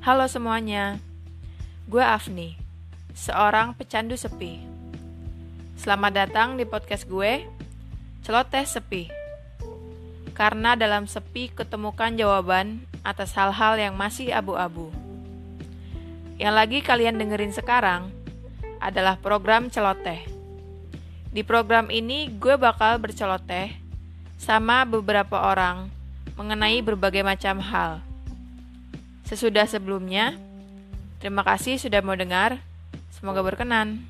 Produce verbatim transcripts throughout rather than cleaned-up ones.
Halo semuanya, gue Afni, seorang pecandu sepi. Selamat datang di podcast gue, Celoteh Sepi. Karena dalam sepi ketemukan jawaban atas hal-hal yang masih abu-abu. Yang lagi kalian dengerin sekarang adalah program Celoteh. Di program ini gue bakal berceloteh sama beberapa orang mengenai berbagai macam hal. Sesudah sebelumnya, terima kasih sudah mau dengar. Semoga berkenan.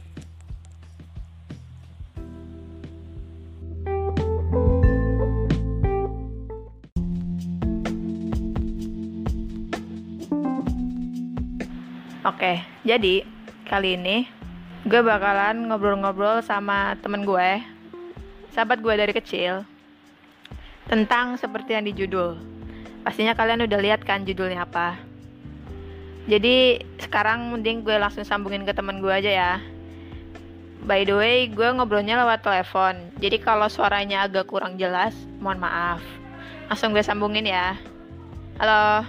Oke, jadi kali ini gue bakalan ngobrol-ngobrol sama temen gue, sahabat gue dari kecil, tentang seperti yang di judul. Pastinya kalian udah lihat kan judulnya apa. Jadi sekarang mending gue langsung sambungin ke temen gue aja ya. By the way, gue ngobrolnya lewat telepon. Jadi kalau suaranya agak kurang jelas, mohon maaf. Langsung gue sambungin ya. Halo.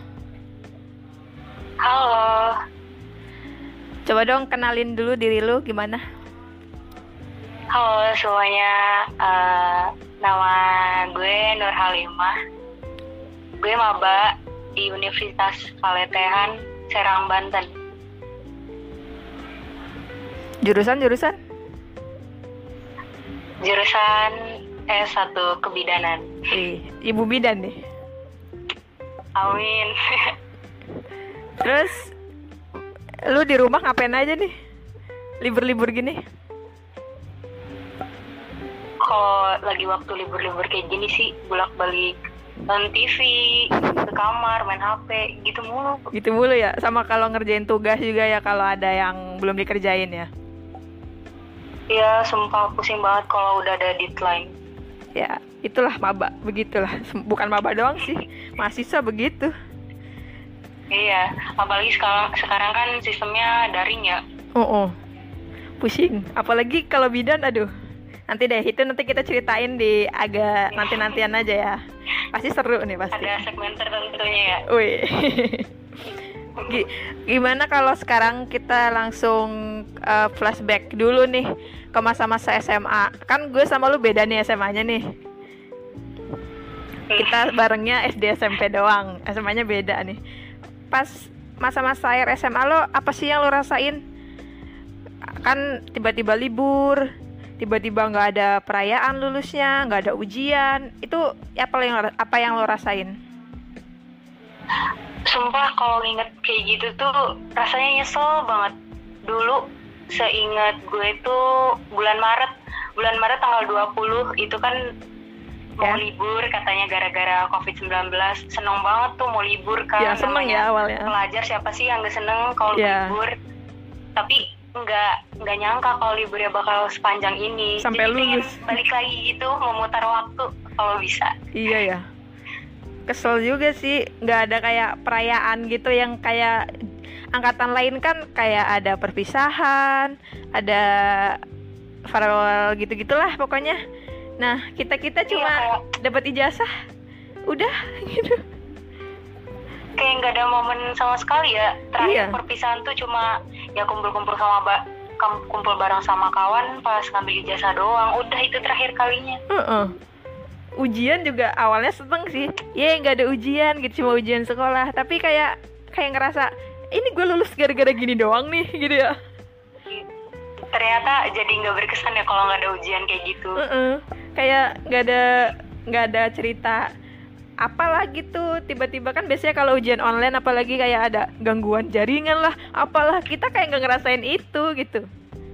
Halo. Coba dong kenalin dulu diri lu gimana? Halo semuanya. Uh, nama gue Nur Halimah. Gue maba di Universitas Paletehan, Serang, Banten. Jurusan-jurusan? Jurusan S satu Kebidanan. Ih, ibu bidan nih. Amin. Terus lu di rumah ngapain aja nih? Libur-libur gini? Kalau lagi waktu libur-libur kayak gini sih bolak-balik nonton T V, ke kamar, main H P, gitu mulu. Gitu mulu ya? Sama kalau ngerjain tugas juga ya, kalau ada yang belum dikerjain ya? Iya, sumpah pusing banget kalau udah ada deadline. Ya, itulah maba, begitulah. Bukan maba doang sih, mahasiswa begitu. Iya, apalagi sekarang sekarang kan sistemnya daring ya. Oh, oh. Pusing. Apalagi kalau bidan, aduh. Nanti deh, itu nanti kita ceritain di agak nanti-nantian aja ya. Pasti seru nih pasti. Ada segmen tertentunya ya. Wih. G- Gimana kalau sekarang kita langsung uh, flashback dulu nih ke masa-masa S M A. Kan gue sama lu beda nih S M A-nya nih. Kita barengnya S D S M P doang. S M A-nya beda nih. Pas masa-masa akhir S M A lo, apa sih yang lo rasain? Kan tiba-tiba libur, tiba-tiba nggak ada perayaan lulusnya, nggak ada ujian. Itu apa yang apa yang lo rasain? Sumpah kalau inget kayak gitu tuh rasanya nyesel banget. Dulu seingat gue tuh bulan Maret, bulan Maret tanggal dua puluh itu kan mau Ya. libur katanya gara-gara covid sembilan belas. Seneng banget tuh mau libur kan. Ya seneng ya awalnya. Pelajar siapa sih yang gak seneng kalau Ya. libur. Tapi nggak nggak nyangka kalau liburnya bakal sepanjang ini. Sampai Jadi pengen lulus. balik lagi gitu, memutar waktu kalau bisa. Iya ya. Kesel juga sih, nggak ada kayak perayaan gitu yang kayak angkatan lain kan kayak ada perpisahan, ada farewell gitu-gitulah pokoknya. Nah, kita-kita cuma Iya, kayak- dapat ijazah, udah gitu. Kayak nggak ada momen sama sekali ya. Terakhir Iya. perpisahan tuh cuma ya kumpul-kumpul sama ba- kam- kumpul bareng sama kawan pas ngambil ijazah doang. Udah itu terakhir kalinya. Heeh. Ujian juga awalnya seneng sih, ya nggak ada ujian gitu, cuma ujian sekolah. Tapi kayak kayak ngerasa ini gue lulus gara-gara gini doang nih gitu ya. Ternyata jadi nggak berkesan ya kalau nggak ada ujian kayak gitu. Heeh. Kayak nggak ada nggak ada cerita apalah gitu. Tiba-tiba kan biasanya kalau ujian online apalagi kayak ada gangguan jaringan lah, apalah, kita kayak nggak ngerasain itu gitu.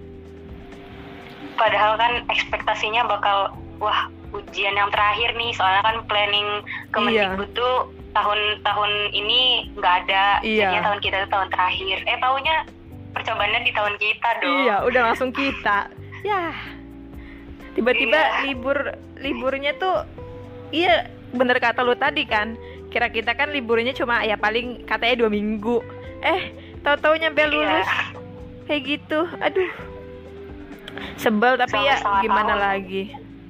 Padahal kan ekspektasinya bakal wah ujian yang terakhir nih, soalnya kan planning Kemendikbud tuh tahun-tahun ini nggak ada. Iya. Jadinya tahun kita tuh tahun terakhir. Eh taunya percobaannya di tahun kita dong. Iya, udah langsung kita. Ya. Tiba-tiba Iya. libur liburnya tuh iya bener kata lu tadi kan. Kira kita kan liburnya cuma ya paling katanya dua minggu. Eh, tahu-tahu nyampe lulus. Iya. Kayak gitu. Aduh. Sebel tapi Sampai ya setengah gimana tahun. lagi.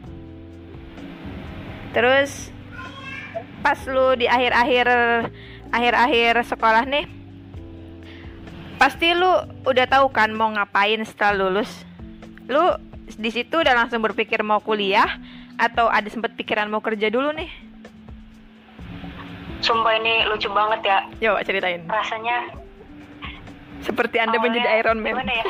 Terus pas lu di akhir-akhir akhir-akhir sekolah nih, Pasti lu udah tahu kan mau ngapain setelah lulus. Lu di situ udah langsung berpikir mau kuliah atau ada sempat pikiran mau kerja dulu nih? Sumpah ini lucu banget ya. Yo, ceritain. Rasanya seperti Anda awalnya, menjadi Iron Man. Gimana ya?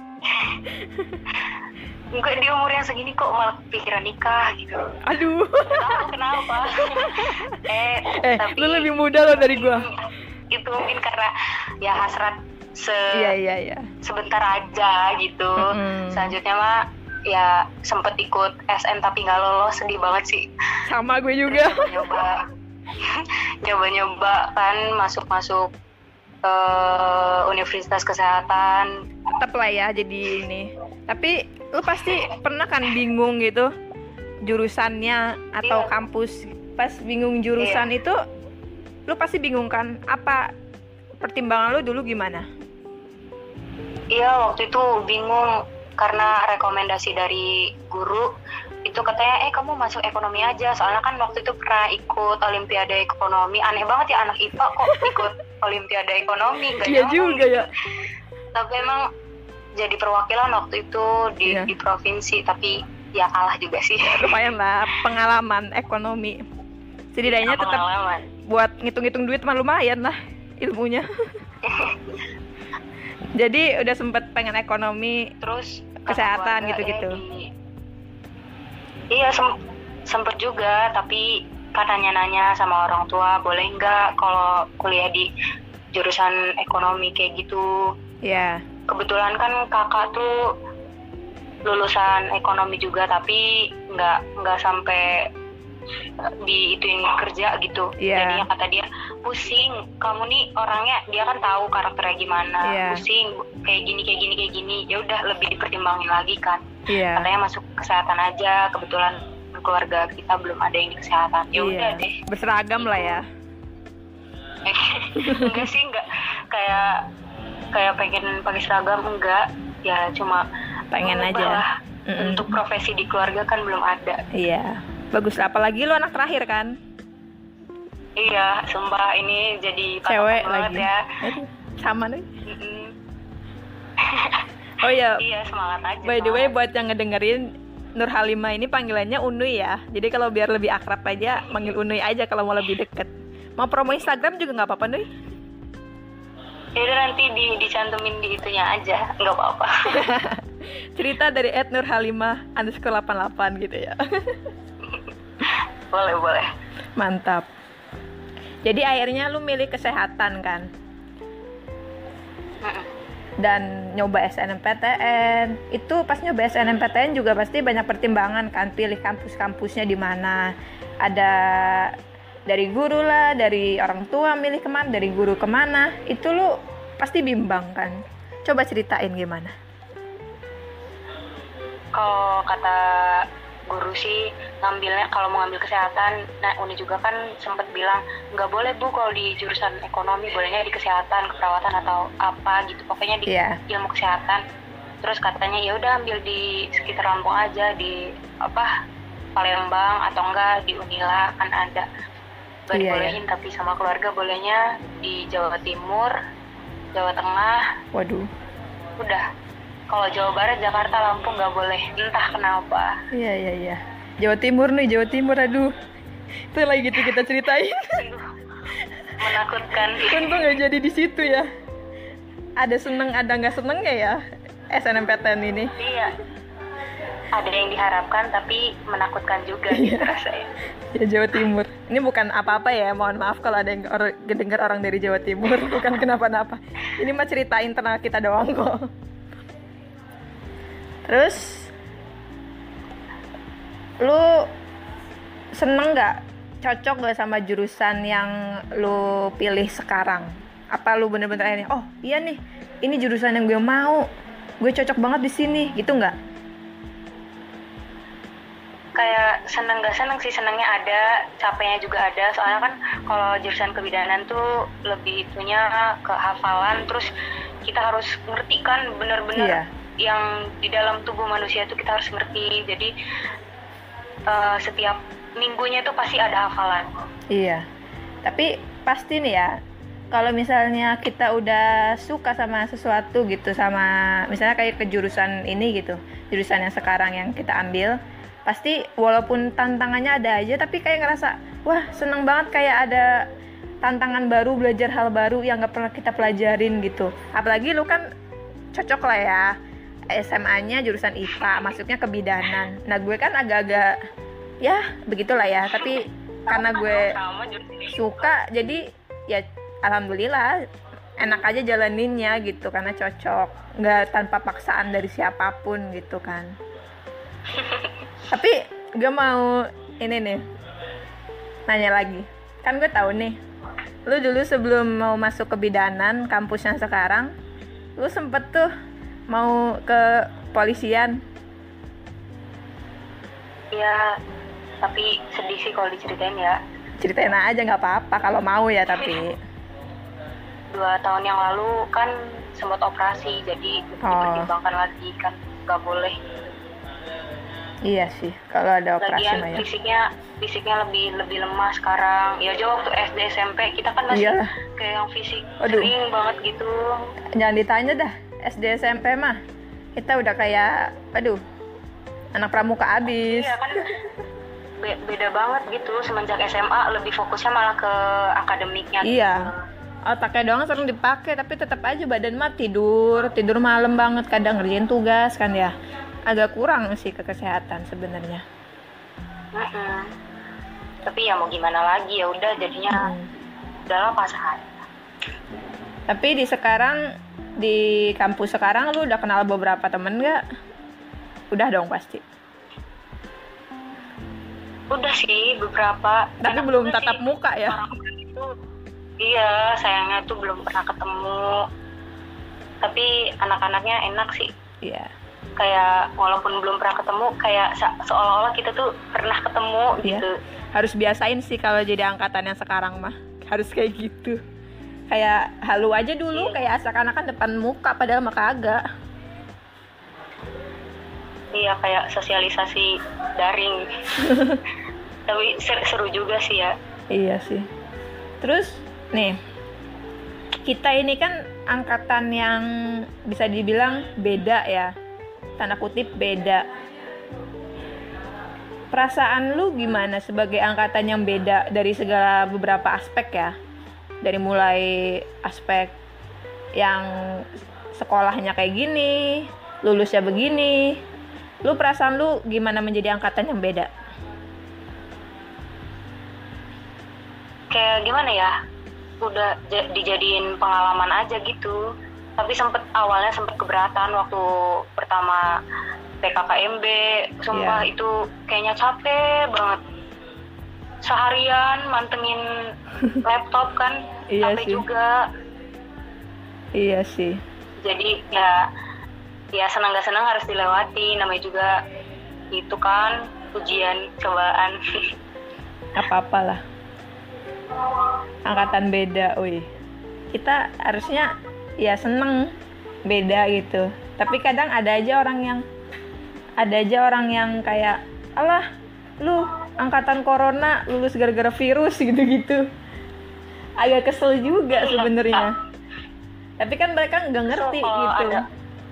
Enggak, di umur yang segini kok malah pikiran nikah gitu. Aduh. Tahu kenapa? eh, eh tapi lu lebih muda loh dari gua. Itu mungkin karena ya hasrat se iya, iya, iya. sebentar aja gitu. Mm-hmm. Selanjutnya mah ya sempet ikut S N tapi nggak lolos, sedih banget sih. Sama gue juga. Nyoba nyoba-nyoba kan masuk-masuk uh, Universitas Kesehatan. Tetap lah ya jadi ini. Tapi lu pasti pernah kan bingung gitu jurusannya atau iya. kampus. Pas bingung jurusan iya. itu lu pasti bingung kan? Apa pertimbangan lu dulu gimana? Iya, waktu itu bingung karena rekomendasi dari guru itu katanya eh kamu masuk ekonomi aja, soalnya kan waktu itu pernah ikut Olimpiade Ekonomi. Aneh banget ya anak I P A kok ikut Olimpiade Ekonomi. Iya juga ya. Tapi emang jadi perwakilan waktu itu di, iya. di provinsi, tapi ya kalah juga sih. Lumayan lah pengalaman ekonomi. Setidaknya tetap buat ngitung-ngitung duit mah lumayan lah ilmunya. Jadi udah sempet pengen ekonomi, terus kesehatan gitu-gitu. Ya, di... Iya sem- sempet juga, tapi kan nanya-nanya sama orang tua boleh nggak kalau kuliah di jurusan ekonomi kayak gitu. Iya. Yeah. Kebetulan kan kakak tuh lulusan ekonomi juga, tapi nggak nggak sampai di ituin kerja gitu. Yeah. Jadinya kata dia pusing, kamu nih orangnya, dia kan tahu karakternya gimana. Yeah. Pusing kayak gini kayak gini kayak gini. Ya udah lebih dipertimbangin lagi kan. Yeah. Katanya masuk kesehatan aja, kebetulan keluarga kita belum ada yang di kesehatan. Ya udah yeah. deh. Berseragam gitu. Lah ya. Enggak sih, enggak kayak kayak pengen pakai seragam, enggak. Ya cuma pengen aja lah. Untuk profesi di keluarga kan belum ada. Iya. Bagus lah, apalagi lu anak terakhir kan. Iya, sumpah ini jadi cewek banget lagi ya. Sama nih. Oh iya. Iya, semangat aja. By the way, buat yang ngedengerin, Nur Halimah ini panggilannya Unuy ya. Jadi kalau biar lebih akrab aja, manggil Unuy aja kalau mau lebih deket. Mau promo Instagram juga nggak apa-apa, Nuy? Ya udah nanti di, dicantumin di itunya aja, nggak apa-apa. Cerita dari et nur halimah underscore delapan delapan gitu ya. Boleh boleh. Mantap. Jadi akhirnya lu milih kesehatan kan? Mm-mm. Dan nyoba S N M P T N. Itu pas nyoba S N M P T N juga pasti banyak pertimbangan kan, pilih kampus-kampusnya di mana. Ada dari guru lah, dari orang tua milih kemana, dari guru kemana. Itu lu pasti bimbang kan? Coba ceritain gimana. Kalau kata guru sih ngambilnya, kalau mau ngambil kesehatan, nah Uni juga kan sempat bilang nggak boleh bu kalau di jurusan ekonomi, bolehnya di kesehatan, keperawatan atau apa gitu, pokoknya di yeah. ilmu kesehatan. Terus katanya ya udah ambil di sekitar Lampung aja, di apa Palembang atau enggak di Unila kan ada. Gak yeah, dibolehin yeah. Tapi sama keluarga bolehnya di Jawa Timur, Jawa Tengah. Waduh. Udah. Kalau Jawa Barat, Jakarta, Lampung nggak boleh, entah kenapa. Iya iya iya. Jawa Timur nih, Jawa Timur, aduh. Itu lagi gitu kita ceritain. Menakutkan. Untung nggak jadi di situ ya. Ada seneng, ada nggak senengnya ya S N M P T N ini. Iya. Ada yang diharapkan tapi menakutkan juga gitu rasanya. Ya Jawa Timur. Ini bukan apa-apa ya, mohon maaf kalau ada yang or- dengar orang dari Jawa Timur, bukan kenapa-napa. Ini mah cerita internal kita doang kok. Terus lu seneng nggak, cocok nggak sama jurusan yang lu pilih sekarang? Apa lu bener-bener ini, oh iya nih, ini jurusan yang gue mau, gue cocok banget di sini, gitu nggak? Kayak seneng nggak seneng sih, senengnya ada, capeknya juga ada. Soalnya kan kalau jurusan kebidanan tuh lebih itunya ke hafalan, terus kita harus ngerti kan bener-bener. Iya. Yang di dalam tubuh manusia itu kita harus ngerti. Jadi uh, setiap minggunya tuh pasti ada hafalan. Iya. Tapi pasti nih ya, kalau misalnya kita udah suka sama sesuatu gitu, sama misalnya kayak ke jurusan ini gitu, jurusan yang sekarang yang kita ambil, pasti walaupun tantangannya ada aja, tapi kayak ngerasa wah seneng banget, kayak ada tantangan baru, belajar hal baru yang gak pernah kita pelajarin gitu. Apalagi lu kan cocok lah ya, S M A-nya jurusan I P A, masuknya kebidanan. Nah gue kan agak-agak ya begitulah ya, tapi karena gue suka jadi ya alhamdulillah enak aja jalaninnya gitu, karena cocok, nggak tanpa paksaan dari siapapun gitu kan. Tapi gue mau ini nih nanya lagi, kan gue tahu nih lu dulu sebelum mau masuk kebidanan kampus yang sekarang, lu sempet tuh mau ke polisian. Ya tapi sedih sih kalau diceritain ya. Ceritain aja nggak apa-apa kalau mau ya. Tapi dua tahun yang lalu kan sempat operasi, jadi oh. dipertimbangkan lagi kan, nggak boleh. Iya sih, kalau ada operasi mah ya. Fisiknya fisiknya lebih lebih lemah sekarang. Ya jauh waktu S D S M P kita kan masih Iyalah. kayak yang fisik Aduh. sering banget gitu. Jangan ditanya dah, S D S M P mah kita udah kayak aduh anak pramuka abis. Iya kan. Be- beda banget gitu, semenjak S M A lebih fokusnya malah ke akademiknya. Iya. Gitu. Otaknya doang sering dipakai, tapi tetap aja badan mah tidur, tidur malam banget, kadang ngerjain tugas kan ya. Agak kurang sih ke kesehatan sebenarnya. Mm-mm. Tapi ya mau gimana lagi, ya udah jadinya hmm. udahlah pasrah. Tapi di sekarang di kampus sekarang lu udah kenal beberapa temen nggak? Udah dong pasti. Udah sih beberapa. Tapi Enak belum tatap sih. muka ya? Itu, iya, sayangnya tuh belum pernah ketemu. Tapi anak-anaknya enak sih. Iya. Kayak walaupun belum pernah ketemu, kayak se- seolah-olah kita tuh pernah ketemu iya. gitu. Harus biasain sih kalau jadi angkatan yang sekarang mah. Harus kayak gitu. Kayak halu aja dulu, iya. kayak seakan-akan depan muka padahal mah kagak. Iya, kayak sosialisasi daring. Tapi ser- seru juga sih ya. Iya sih. Terus nih, kita ini kan angkatan yang bisa dibilang beda ya, tanda kutip beda. Perasaan lu gimana sebagai angkatan yang beda dari segala beberapa aspek ya? Dari mulai aspek yang sekolahnya kayak gini, lulusnya begini. Lu perasaan lu gimana menjadi angkatan yang beda? Kayak gimana ya? Udah j- dijadiin pengalaman aja gitu. Tapi sempet awalnya sempet keberatan waktu pertama P K K M B. Sumpah yeah. itu kayaknya capek banget. Seharian mantengin laptop kan, iya capek sih. juga. Iya sih. Jadi ya ya senang gak senang harus dilewati, namanya juga itu kan ujian cobaan. Apa-apalah, angkatan beda, wih. Kita harusnya ya seneng beda gitu, tapi kadang ada aja orang yang ada aja orang yang kayak alah lu angkatan corona lulus gara-gara virus gitu-gitu. Agak kesel juga sebenarnya. Tapi kan mereka nggak ngerti so, gitu ada.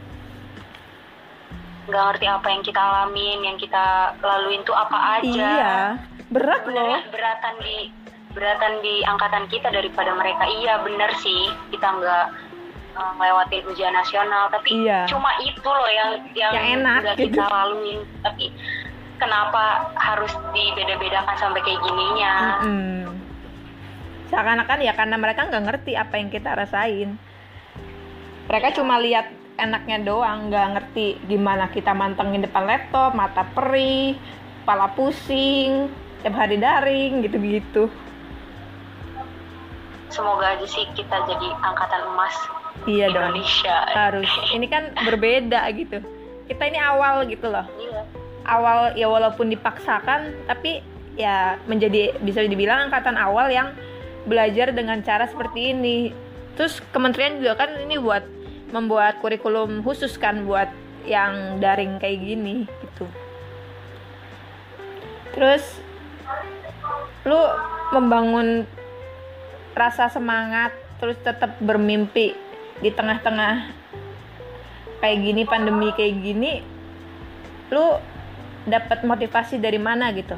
Nggak ngerti apa yang kita alamin, yang kita laluin tuh apa aja. Iya, berat sebenarnya loh. Beratan di beratan di angkatan kita daripada mereka. Iya benar sih, kita nggak uh, ngelewatin ujian nasional, tapi iya. cuma itu loh yang yang, yang enak udah gitu. kita laluin. Tapi kenapa harus dibeda-bedakan sampai kayak gininya? Mm-hmm. Seakan-akan ya karena mereka nggak ngerti apa yang kita rasain. Mereka ya. cuma lihat enaknya doang, nggak ngerti gimana kita mantengin depan laptop, mata perih, kepala pusing, tiap hari daring, gitu-gitu. Semoga aja sih kita jadi angkatan emas iya Indonesia. Dong, harus. Ini kan berbeda gitu. Kita ini awal gitu loh. Iya. Awal ya walaupun dipaksakan, tapi ya menjadi bisa dibilang angkatan awal yang belajar dengan cara seperti ini. Terus kementerian juga kan ini buat membuat kurikulum khusus kan buat yang daring kayak gini gitu. Terus lu membangun rasa semangat terus tetap bermimpi di tengah-tengah kayak gini, pandemi kayak gini, lu dapat motivasi dari mana gitu?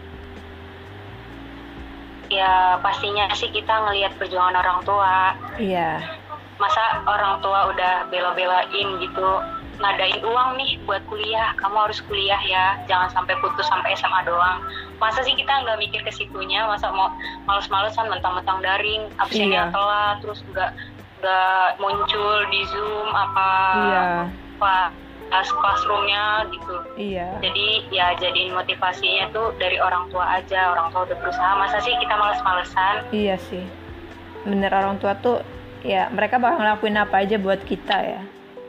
Ya pastinya sih kita ngelihat perjuangan orang tua. Iya. Masa orang tua udah bela-belain gitu, ngadain uang nih buat kuliah, kamu harus kuliah ya, jangan sampai putus sampai S M A doang. Masa sih kita nggak mikir ke situnya, masa mau males-malesan mentang-mentang daring, absennya Iya. telat, terus nggak nggak muncul di Zoom apa Iya. apa pas classroomnya gitu. Iya. Jadi ya jadiin motivasinya tuh dari orang tua aja, orang tua udah berusaha, masa sih kita males-malesan. Iya sih, bener, orang tua tuh ya mereka bakal ngelakuin apa aja buat kita ya.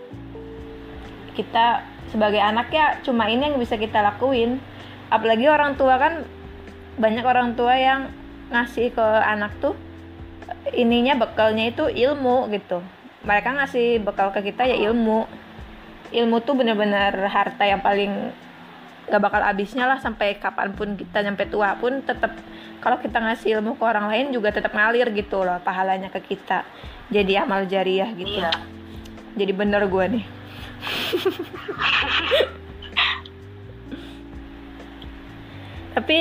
Kita sebagai anak ya cuma ini yang bisa kita lakuin. Apalagi orang tua kan, banyak orang tua yang ngasih ke anak tuh ininya, bekalnya itu ilmu gitu. Mereka ngasih bekal ke kita ya ilmu. Ilmu tuh bener-bener harta yang paling gak bakal habisnya lah, sampai kapanpun kita nyampe tua pun tetap, kalau kita ngasih ilmu ke orang lain juga tetap ngalir gitu loh pahalanya ke kita, jadi amal jariah gitu. Iya. Jadi bener gue nih. Tapi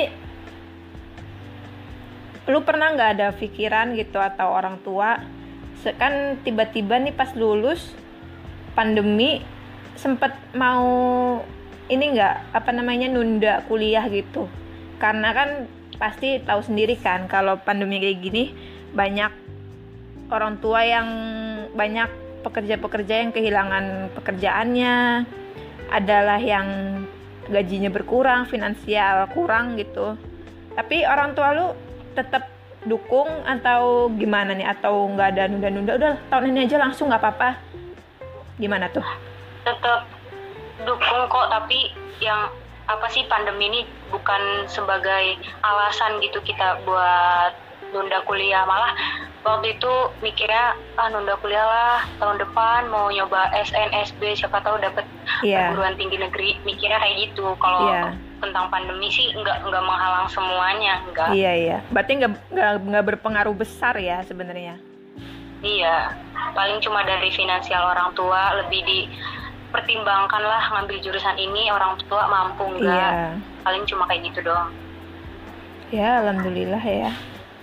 lu pernah nggak ada pikiran gitu, atau orang tua kan tiba-tiba nih pas lulus pandemi sempet mau ini nggak, apa namanya, nunda kuliah gitu? Karena kan pasti tahu sendiri kan kalau pandemi kayak gini banyak orang tua yang, banyak pekerja-pekerja yang kehilangan pekerjaannya, adalah yang gajinya berkurang, finansial kurang gitu. Tapi orang tua lu tetap dukung atau gimana nih? Atau nggak ada nunda-nunda, udah tahun ini aja langsung nggak apa-apa? Gimana tuh? Tetap dukung kok, tapi yang apa sih, pandemi ini bukan sebagai alasan gitu kita buat nunda kuliah. Malah waktu itu mikirnya ah nunda kuliah lah, tahun depan mau nyoba S N S B, siapa tahu dapat Iya. perguruan tinggi negeri, mikirnya kayak gitu. Kalau Iya. tentang pandemi sih nggak nggak menghalang semuanya, nggak. Iya iya. Berarti nggak nggak nggak berpengaruh besar ya sebenarnya. Iya, paling cuma dari finansial orang tua, lebih dipertimbangkan lah ngambil jurusan ini, orang tua mampu nggak. Iya. Paling cuma kayak gitu doang. Ya alhamdulillah ya.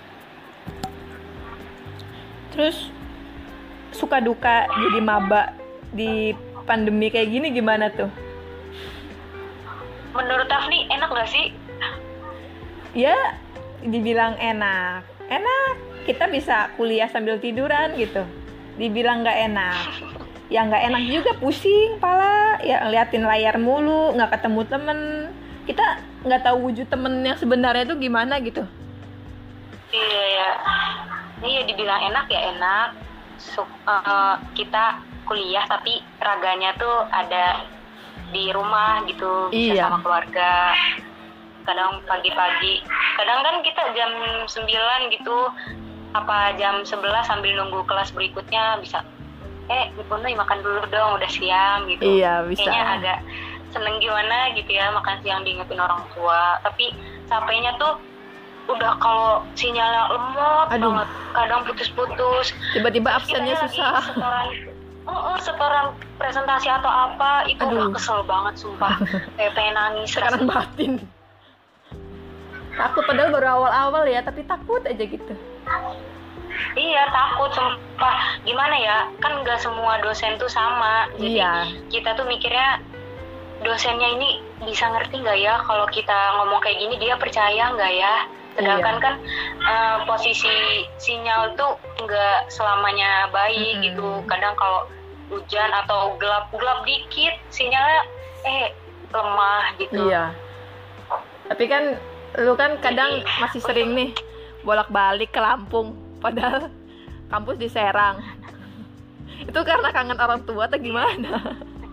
Terus suka duka jadi maba di pandemi kayak gini gimana tuh? Menurut Afni enak nggak sih? Ya dibilang enak, enak. Kita bisa kuliah sambil tiduran gitu. Dibilang nggak enak, ya nggak enak juga, pusing pala. Ya ngeliatin layar mulu, nggak ketemu temen. Kita nggak tahu wujud temen yang sebenarnya tuh gimana gitu. Iya ya, iya dibilang enak ya enak. So, uh, kita kuliah tapi raganya tuh ada di rumah gitu, bisa Iya. sama keluarga. Kadang pagi-pagi, kadang kan kita jam sembilan gitu, apa jam sebelas sambil nunggu kelas berikutnya bisa eh Bunda makan dulu dong, udah siang gitu. Iya, bisa. Kayaknya agak seneng gimana gitu ya, makan siang diingetin orang tua. Tapi capeknya tuh udah kalau sinyalnya lemot Aduh. banget, kadang putus-putus. Tiba-tiba Terus absennya kitanya susah. lagi setoran, oh, oh, setoran presentasi atau apa, itu Aduh. udah kesel banget sumpah. Kayak pengen nangis. Tekanan batin. Takut, padahal baru awal-awal ya, tapi takut aja gitu. Iya takut sumpah. Gimana ya, kan nggak semua dosen tuh sama. Jadi Iya. kita tuh mikirnya dosennya ini bisa ngerti nggak ya kalau kita ngomong kayak gini, dia percaya nggak ya. Sedangkan Iya. kan uh, posisi sinyal tuh nggak selamanya baik Mm-mm. gitu. Kadang kalau hujan atau gelap-gelap dikit sinyalnya eh lemah gitu. Iya. Tapi kan lu kan kadang Jadi, masih sering nih bolak-balik ke Lampung, padahal kampus di Serang. Itu karena kangen orang tua atau gimana?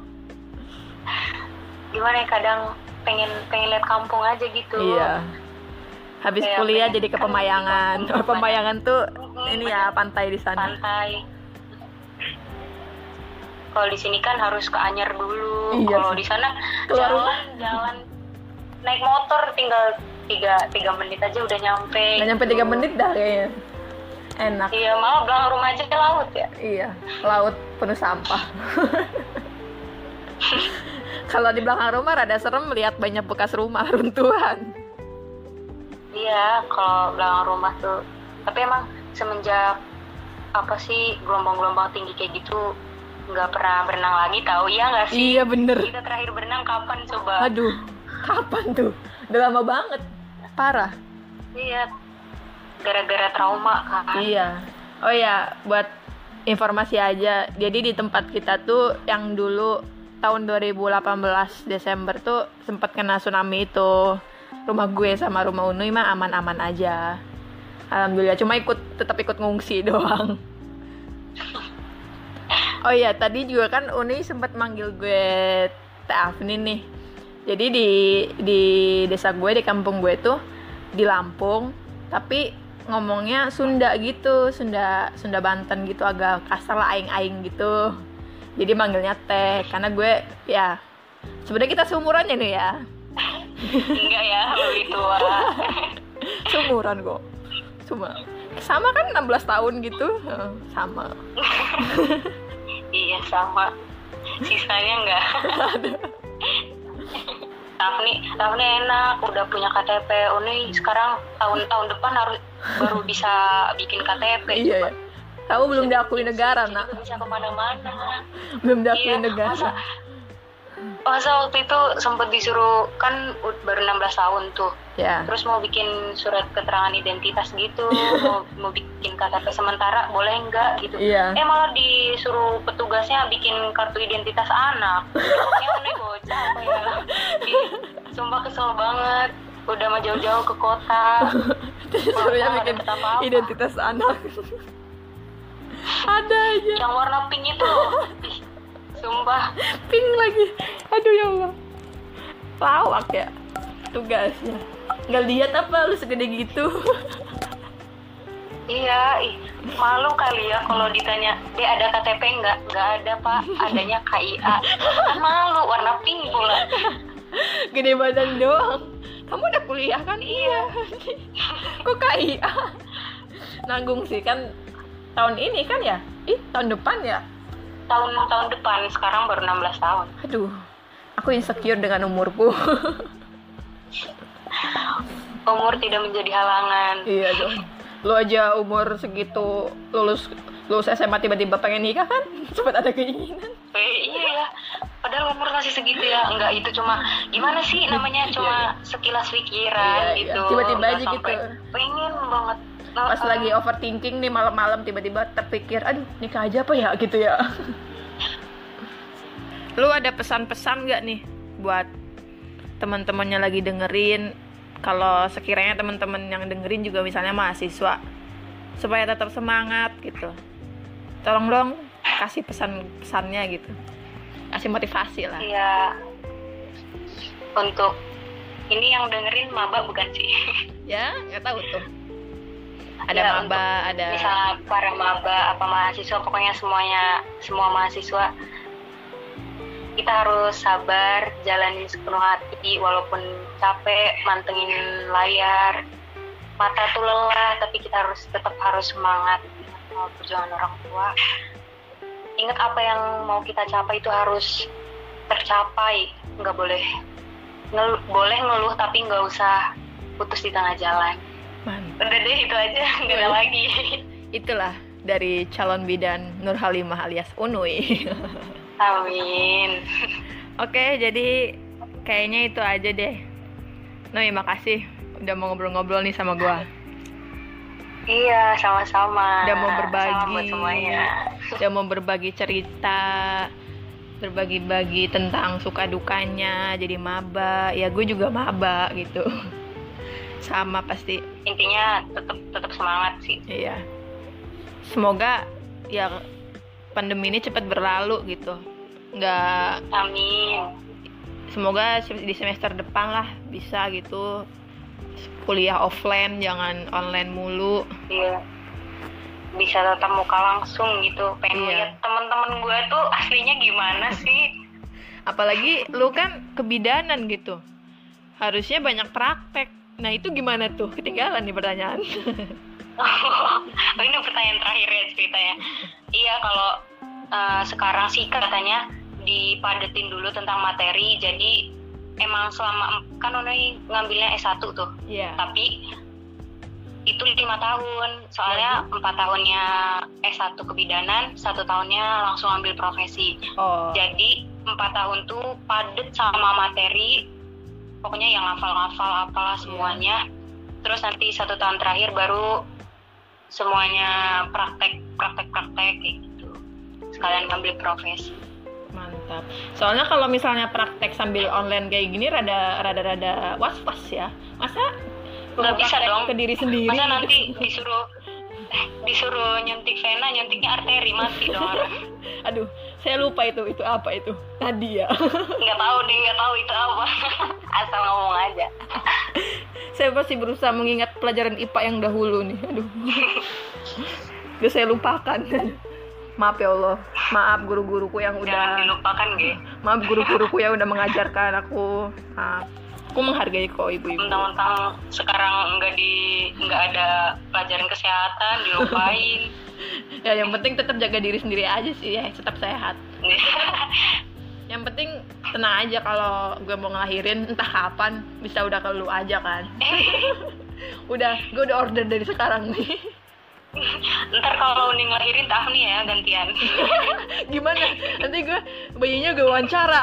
Gimana ya, kadang pengen pengen lihat kampung aja gitu. Iya. Habis Kayak kuliah pengen jadi ke kan Pemayangan. di kampung, Pemayangan tuh Mm-mm, ini ya, pantai di sana. pantai. Kalau di sini kan harus ke Anyer dulu. Iya Kalau sih. di sana Keluar jalan jalan naik motor tinggal tiga tiga menit aja udah nyampe. Nggak nyampe gitu. tiga menit dah kayaknya. Enak. Iya, malah belakang rumah aja ke laut ya. Iya, laut penuh sampah. Kalau di belakang rumah rada serem lihat banyak bekas rumah runtuhan. Iya, kalau belakang rumah tuh. Tapi emang semenjak apa sih gelombang-gelombang tinggi kayak gitu nggak pernah berenang lagi, tahu ya nggak sih? Iya bener. Kita terakhir berenang kapan coba? Aduh, kapan tuh? Udah lama banget, parah. Iya, gara-gara trauma kan. Iya. Oh ya, buat informasi aja. Jadi di tempat kita tuh yang dulu tahun dua ribu delapan belas Desember tuh sempat kena tsunami itu. Rumah gue sama rumah Unui mah aman-aman aja. Alhamdulillah, cuma ikut tetap ikut ngungsi doang. Oh iya, tadi juga kan Uni sempat manggil gue Teh Afni nih. Jadi di di desa gue, di kampung gue tuh di Lampung, tapi ngomongnya Sunda gitu, Sunda Sunda Banten gitu, agak kasar lah, aing-aing gitu. Jadi manggilnya Teh, karena gue ya sebenarnya kita seumuran ya nih ya. Enggak ya, lebih tua. Seumuran kok. Cuma sama kan enam belas tahun gitu, sama. Iya sama, sisanya enggak. Rafni, Rafni enak, udah punya K T P. Uni sekarang tahun-tahun depan harus baru bisa bikin K T P. Iya ya. Kamu belum diakui negara, nak. Bisa kemana-mana. Belum diakui Iya, negara. Masa, masa waktu itu sempat disuruh, kan baru enam belas tahun tuh. Ya. Terus mau bikin surat keterangan identitas gitu, mau, mau bikin K T P sementara, boleh enggak gitu. Iya. Eh malah disuruh petugasnya bikin kartu identitas anak. Pokoknya Uni bocah apa ya. Ih, sumpah kesel banget. Udah mah jauh-jauh ke kota. Disuruhnya Wah, bikin dapet apa-apa. identitas anak. Ada aja. Yang warna pink itu. Ih, sumpah. Pink lagi. Aduh ya Allah. Lawak ya tugasnya. Nggak lihat apa lu segede gitu. Iya, ih, malu kali ya kalau ditanya, "Dek, ada K T P enggak?" Enggak ada, Pak. Adanya K I A. Kan malu, warna pink pula. Gede badan doang. Kamu udah kuliah kan? Iya. Kok K I A? Nanggung sih kan tahun ini kan ya? Ih, tahun depan ya? Tahun tahun depan, sekarang baru enam belas tahun. Aduh, aku insecure dengan umurku. Umur tidak menjadi halangan. Iya dong. Lu aja umur segitu lulus lulus S M A tiba-tiba pengen nikah kan? Sempat ada keinginan. Eh, iya ya. Padahal umur masih segitu ya. Enggak, itu cuma gimana sih namanya, cuma sekilas pikiran Iya, gitu. iya. Tiba-tiba Nggak aja sampai gitu. pengen banget. Pas uh, lagi overthinking nih malam-malam tiba-tiba terpikir, aduh nikah aja apa ya gitu ya. Lu ada pesan-pesan nggak nih buat teman-temannya lagi dengerin, kalau sekiranya teman-teman yang dengerin juga misalnya mahasiswa, supaya tetap semangat gitu, tolong dong kasih pesan-pesannya gitu, kasih motivasi lah. Iya. Untuk ini yang dengerin maba bukan sih? Ya nggak tahu tuh. Ada ya, maba, ada misalnya para maba apa mahasiswa, pokoknya semuanya, semua mahasiswa, kita harus sabar, jalanin sepenuh hati walaupun capek, mantengin layar, mata tuh lelah, tapi kita harus tetap harus semangat sama perjuangan orang tua. Ingat apa yang mau kita capai itu harus tercapai, nggak boleh ngeluh, boleh ngeluh tapi nggak usah putus di tengah jalan. Mantap. Udah deh, itu aja, nggak ada lagi. Itulah dari calon bidan Nur Halimah alias Unui. Amin. Oke, jadi kayaknya itu aja deh. Nui, makasih udah mau ngobrol-ngobrol nih sama gua. Iya, sama-sama. Udah mau Salam berbagi, buat semuanya. udah mau berbagi cerita, berbagi-bagi tentang suka dukanya jadi maba. Ya gue juga maba gitu. Sama pasti. Intinya tetap tetap semangat sih. Iya. Semoga ya pandemi ini cepat berlalu gitu. Nggak. Amin. Semoga di semester depan lah bisa gitu kuliah offline, jangan online mulu. Iya. Bisa tatap muka langsung gitu. Pengen Iya. lihat teman-teman gue tuh aslinya gimana sih. Apalagi lu kan kebidanan gitu. Harusnya banyak praktek. Nah itu gimana tuh? Ketinggalan nih pertanyaan. Oh, ini pertanyaan terakhir ya ceritanya. Iya, kalau uh, sekarang sih katanya dipadetin dulu tentang materi. Jadi emang selama kan Onoi ngambilnya S satu tuh. Iya. Tapi itu lima tahun. Soalnya empat tahunnya S satu kebidanan, satu tahunnya langsung ambil profesi. Oh. Jadi empat tahun tuh padet sama materi. Pokoknya yang hafal-hafal apalah semuanya. Terus nanti satu tahun terakhir baru semuanya praktek praktek praktek kayak gitu, sekalian ngambil profesi. Mantap. Soalnya kalau misalnya praktek sambil online kayak gini rada rada rada was was ya. Masa nggak bisa dong ke diri sendiri? Masa nanti disuruh disuruh nyuntik vena, nyuntiknya arteri, mati dong orang. Aduh, saya lupa itu itu apa itu tadi ya. Nggak tahu deh, nggak tahu itu apa. Asal ngomong aja. Saya pasti berusaha mengingat pelajaran I P A yang dahulu nih. Aduh. Udah saya lupakan. Maaf ya Allah. Maaf guru-guruku yang udah Jangan dilupakan, Ge. Maaf guru-guruku yang udah mengajarkan aku. Maaf. Aku menghargai kok ibu-ibu. Mentang-mentang sekarang nggak di nggak ada pelajaran kesehatan, dilupain. Ya yang penting tetap jaga diri sendiri aja sih ya, tetap sehat. Yang penting tenang aja, kalau gue mau ngelahirin entah kapan bisa udah ke lu aja kan. Udah, gue udah order dari sekarang nih. Ntar kalau Uni ngelahirin tah nih ya gantian. Gimana? Nanti gue bayinya gue wawancara.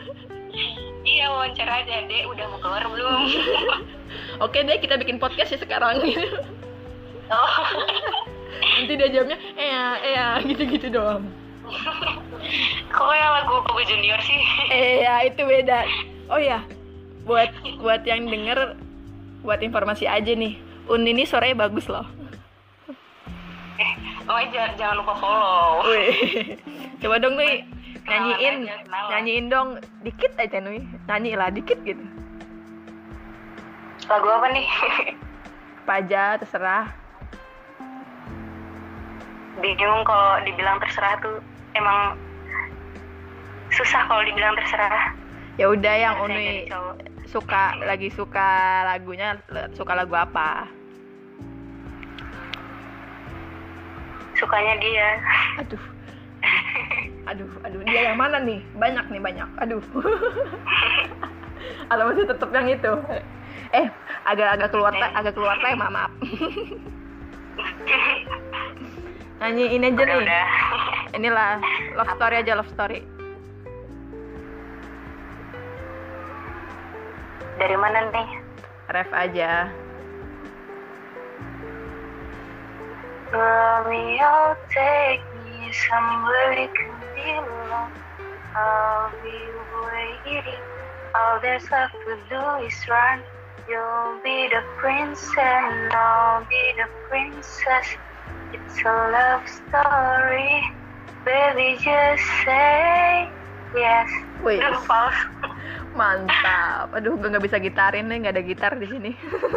Iya, wawancara aja, Dek, udah mau keluar belum? Oke deh, kita bikin podcast ya sekarang. Oh. Nanti dia jawabnya eh ya, eh ya, gitu-gitu doang. Kok yang lagu Kobe Junior sih? Eh ya, itu beda. Oh ya, buat buat yang denger, buat informasi aja nih, Un ini suaranya bagus loh. Eh, oh jangan, jangan lupa follow. Wih, coba dong nih nyanyiin, aja, kenalan. nyanyiin dong dikit aja nih, nyanyi lah dikit gitu. Lagu apa nih? Apa aja terserah. Bingung kalau dibilang terserah tuh, emang susah kalau dibilang terserah. Ya udah yang Harusnya Uni jadi cowok. suka, lagi suka lagunya, suka lagu apa? Sukanya dia. Aduh, aduh, aduh, dia yang mana nih? Banyak nih, banyak. Aduh. Atau masih tetap yang itu? Eh, agak-agak keluar, Eh. agak keluar tema, maaf. Nyanyiin aja Udah, nih. udah. Inilah love story aja, love story. Dari mana nih? Ref aja. Romeo, take me somewhere we can belong. I'll be waiting. All there's left to do is run. You'll be the prince and I'll be the princess. It's a love story. Baby, just say yes. Wih, Aduh, pause. mantap. Aduh, gue nggak bisa gitarin nih, nggak ada gitar di sini.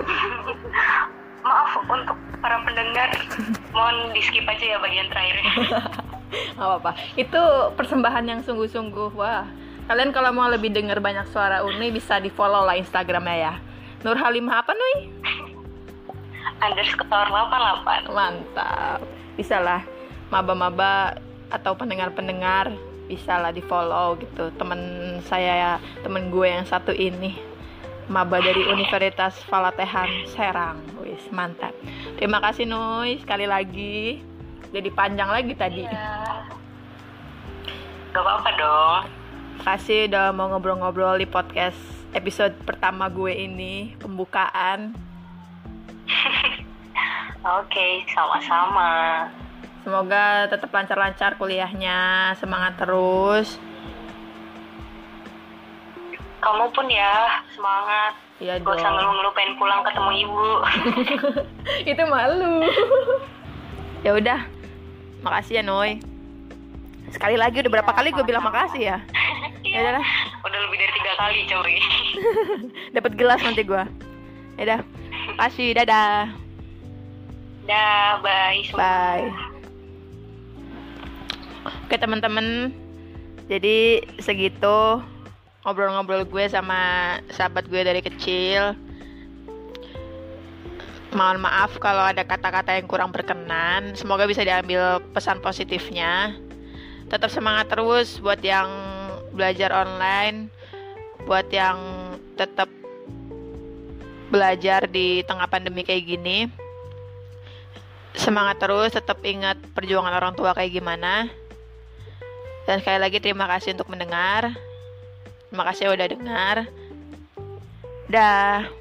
Maaf untuk para pendengar, mohon di skip aja ya bagian terakhirnya. Gak apa-apa. Itu persembahan yang sungguh-sungguh. Wah, kalian kalau mau lebih denger banyak suara Uni bisa di follow lah Instagramnya ya. Nur Halimah apa Nui? Underscore delapan delapan. Mantap. Bisa lah, maba-maba atau pendengar-pendengar bisa lah di follow gitu. Temen saya, temen gue yang satu ini, maba dari Universitas Falatehan Serang. Wis, mantap. Terima kasih Nui sekali lagi. Jadi panjang lagi tadi. Iya. Gak apa-apa dong. Makasih udah mau ngobrol-ngobrol di podcast episode pertama gue ini, pembukaan. Oke, sama-sama. Semoga tetap lancar-lancar kuliahnya, semangat terus. Kamu pun ya, semangat. Iya Gak usah dong. ngeluh-ngeluh pengen pulang ketemu ibu. Itu malu. Ya udah, makasih ya Noy. Sekali lagi, udah berapa Iya, kali gue bilang sama-sama. makasih ya. Ya udahlah, Udah lebih dari tiga kali coy. dapat gelas nanti gue. Ya udah, makasih, dadah. Dah, bye semua. Bye. Oke teman-teman, jadi segitu ngobrol-ngobrol gue sama sahabat gue dari kecil. Mohon maaf kalau ada kata-kata yang kurang berkenan. Semoga bisa diambil pesan positifnya. Tetap semangat terus buat yang belajar online, buat yang tetap belajar di tengah pandemi kayak gini. Semangat terus, tetap ingat perjuangan orang tua kayak gimana. Dan sekali lagi terima kasih untuk mendengar. Terima kasih udah dengar. Dah.